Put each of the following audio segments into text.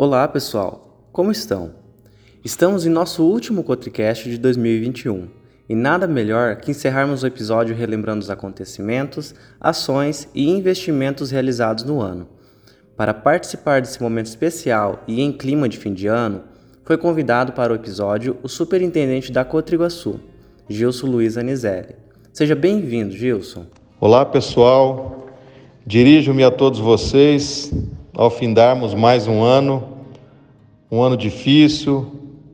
Olá pessoal, como estão? Estamos em nosso último Cotricast de 2021 e nada melhor que encerrarmos o episódio relembrando os acontecimentos, ações e investimentos realizados no ano. Para participar desse momento especial e em clima de fim de ano, foi convidado para o episódio o superintendente da Cotriguaçu, Gilson Luiz Anizelli. Seja bem-vindo, Gilson. Olá pessoal, dirijo-me a todos vocês ao findarmos mais um ano difícil,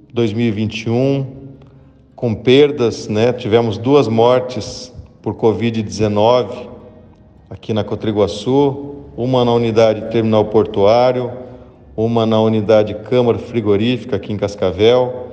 2021, com perdas, Tivemos 2 mortes por Covid-19 aqui na Cotriguaçu, uma na unidade terminal portuário, uma na unidade Câmara Frigorífica aqui em Cascavel,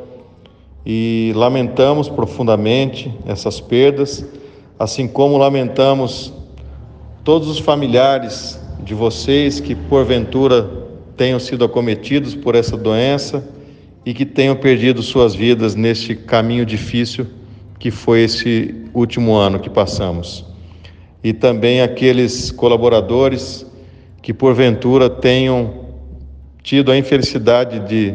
e lamentamos profundamente essas perdas, assim como lamentamos todos os familiares de vocês que porventura tenham sido acometidos por essa doença e que tenham perdido suas vidas neste caminho difícil que foi esse último ano que passamos. E também aqueles colaboradores que porventura tenham tido a infelicidade de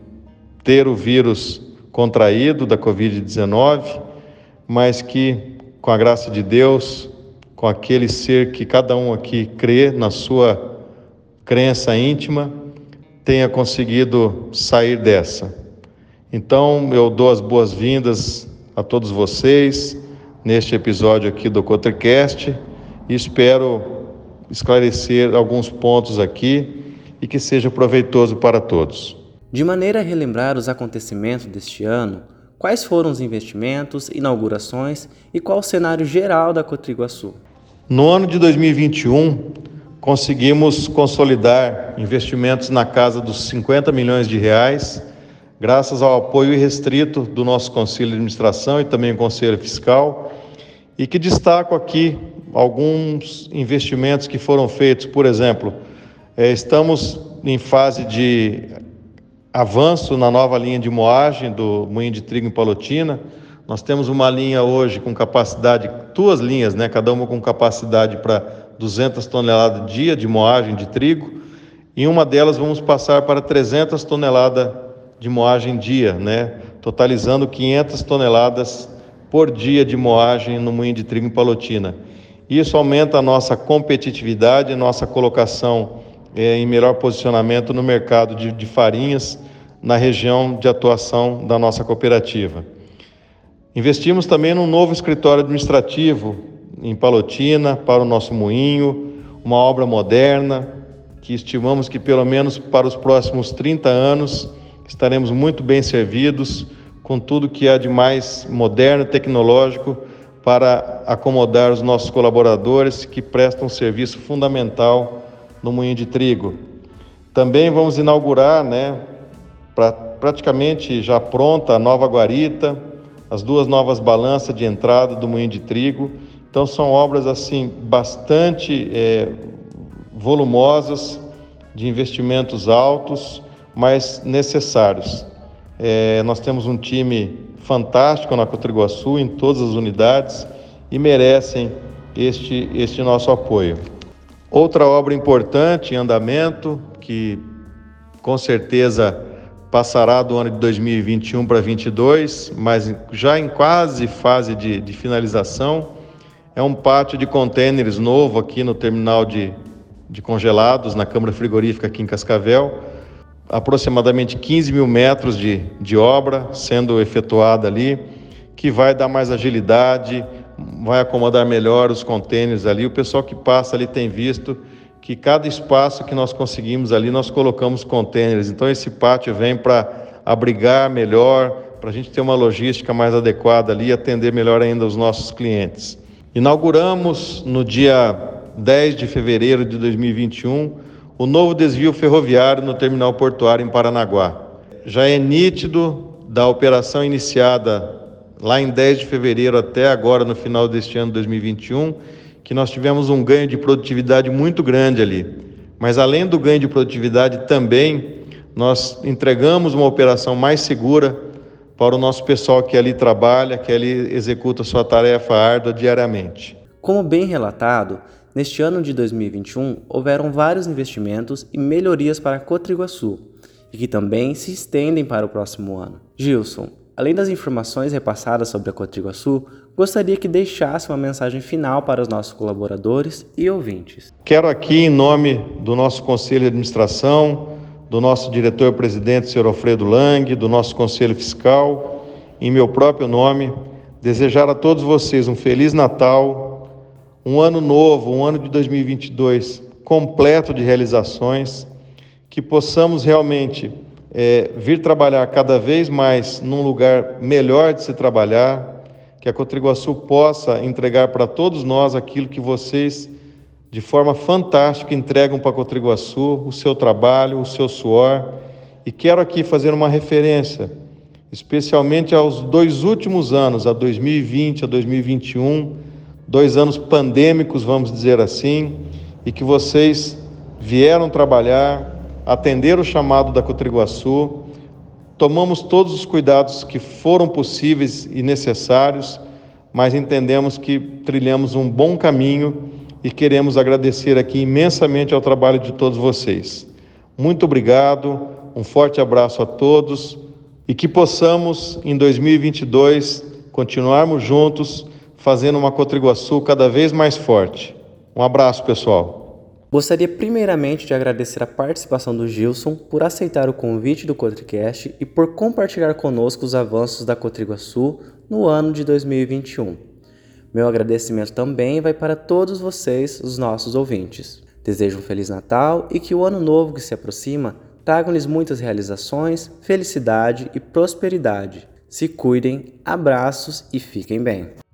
ter o vírus contraído da Covid-19, mas que, com a graça de Deus, com aquele ser que cada um aqui crê na sua crença íntima, tenha conseguido sair dessa. Então, eu dou as boas-vindas a todos vocês neste episódio aqui do Cotricast e espero esclarecer alguns pontos aqui e que seja proveitoso para todos. De maneira a relembrar os acontecimentos deste ano, quais foram os investimentos, inaugurações e qual o cenário geral da Cotriguaçu? No ano de 2021, conseguimos consolidar investimentos na casa dos 50 milhões de reais, graças ao apoio irrestrito do nosso Conselho de Administração e também o Conselho Fiscal, e que destaco aqui alguns investimentos que foram feitos. Por exemplo, estamos em fase de avanço na nova linha de moagem do Moinho de Trigo em Palotina. Nós temos uma linha hoje com capacidade, 2 linhas, cada uma com capacidade para 200 toneladas dia de moagem de trigo. Em uma delas vamos passar para 300 toneladas de moagem dia, totalizando 500 toneladas por dia de moagem no Moinho de Trigo em Palotina. Isso aumenta a nossa competitividade, a nossa colocação em melhor posicionamento no mercado de farinhas na região de atuação da nossa cooperativa. Investimos também num novo escritório administrativo em Palotina para o nosso moinho, uma obra moderna que estimamos que pelo menos para os próximos 30 anos estaremos muito bem servidos com tudo que há de mais moderno e tecnológico para acomodar os nossos colaboradores que prestam um serviço fundamental no moinho de trigo. Também vamos inaugurar, praticamente já pronta, a nova guarita, as 2 novas balanças de entrada do moinho de trigo. Então são obras assim bastante volumosas, de investimentos altos, mas necessários. Nós temos um time fantástico na Cotriguaçu, em todas as unidades, e merecem este nosso apoio. Outra obra importante em andamento, que com certeza passará do ano de 2021 para 2022, mas já em quase fase de finalização, é um pátio de contêineres novo aqui no terminal de congelados, na Câmara Frigorífica aqui em Cascavel. Aproximadamente 15 mil metros de obra sendo efetuada ali, que vai dar mais agilidade, vai acomodar melhor os contêineres ali. O pessoal que passa ali tem visto que cada espaço que nós conseguimos ali, nós colocamos contêineres. Então esse pátio vem para abrigar melhor, para a gente ter uma logística mais adequada ali e atender melhor ainda os nossos clientes. Inauguramos no dia 10 de fevereiro de 2021 o novo desvio ferroviário no terminal portuário em Paranaguá. Já é nítido da operação iniciada lá em 10 de fevereiro até agora, no final deste ano 2021, que nós tivemos um ganho de produtividade muito grande ali. Mas além do ganho de produtividade também, nós entregamos uma operação mais segura para o nosso pessoal que ali trabalha, que ali executa sua tarefa árdua diariamente. Como bem relatado, neste ano de 2021 houveram vários investimentos e melhorias para a Cotriguaçu, e que também se estendem para o próximo ano. Gilson, além das informações repassadas sobre a Cotriguaçu, gostaria que deixasse uma mensagem final para os nossos colaboradores e ouvintes. Quero aqui, em nome do nosso Conselho de Administração, do nosso diretor-presidente, Sr. Alfredo Lang, do nosso Conselho Fiscal, em meu próprio nome, desejar a todos vocês um Feliz Natal, um ano novo, um ano de 2022 completo de realizações, que possamos realmente vir trabalhar cada vez mais num lugar melhor de se trabalhar, que a Cotriguaçu possa entregar para todos nós aquilo que vocês, de forma fantástica, entregam para a Cotriguaçu, o seu trabalho, o seu suor. E quero aqui fazer uma referência, especialmente aos 2 últimos anos, a 2020, a 2021, 2 anos pandêmicos, vamos dizer assim, e que vocês vieram trabalhar, atender o chamado da Cotriguaçu. Tomamos todos os cuidados que foram possíveis e necessários, mas entendemos que trilhamos um bom caminho e queremos agradecer aqui imensamente ao trabalho de todos vocês. Muito obrigado, um forte abraço a todos e que possamos, em 2022, continuarmos juntos, fazendo uma Cotriguaçu cada vez mais forte. Um abraço, pessoal. Gostaria primeiramente de agradecer a participação do Gilson por aceitar o convite do Cotricast e por compartilhar conosco os avanços da Cotriguaçu no ano de 2021. Meu agradecimento também vai para todos vocês, os nossos ouvintes. Desejo um Feliz Natal e que o ano novo que se aproxima tragam-lhes muitas realizações, felicidade e prosperidade. Se cuidem, abraços e fiquem bem.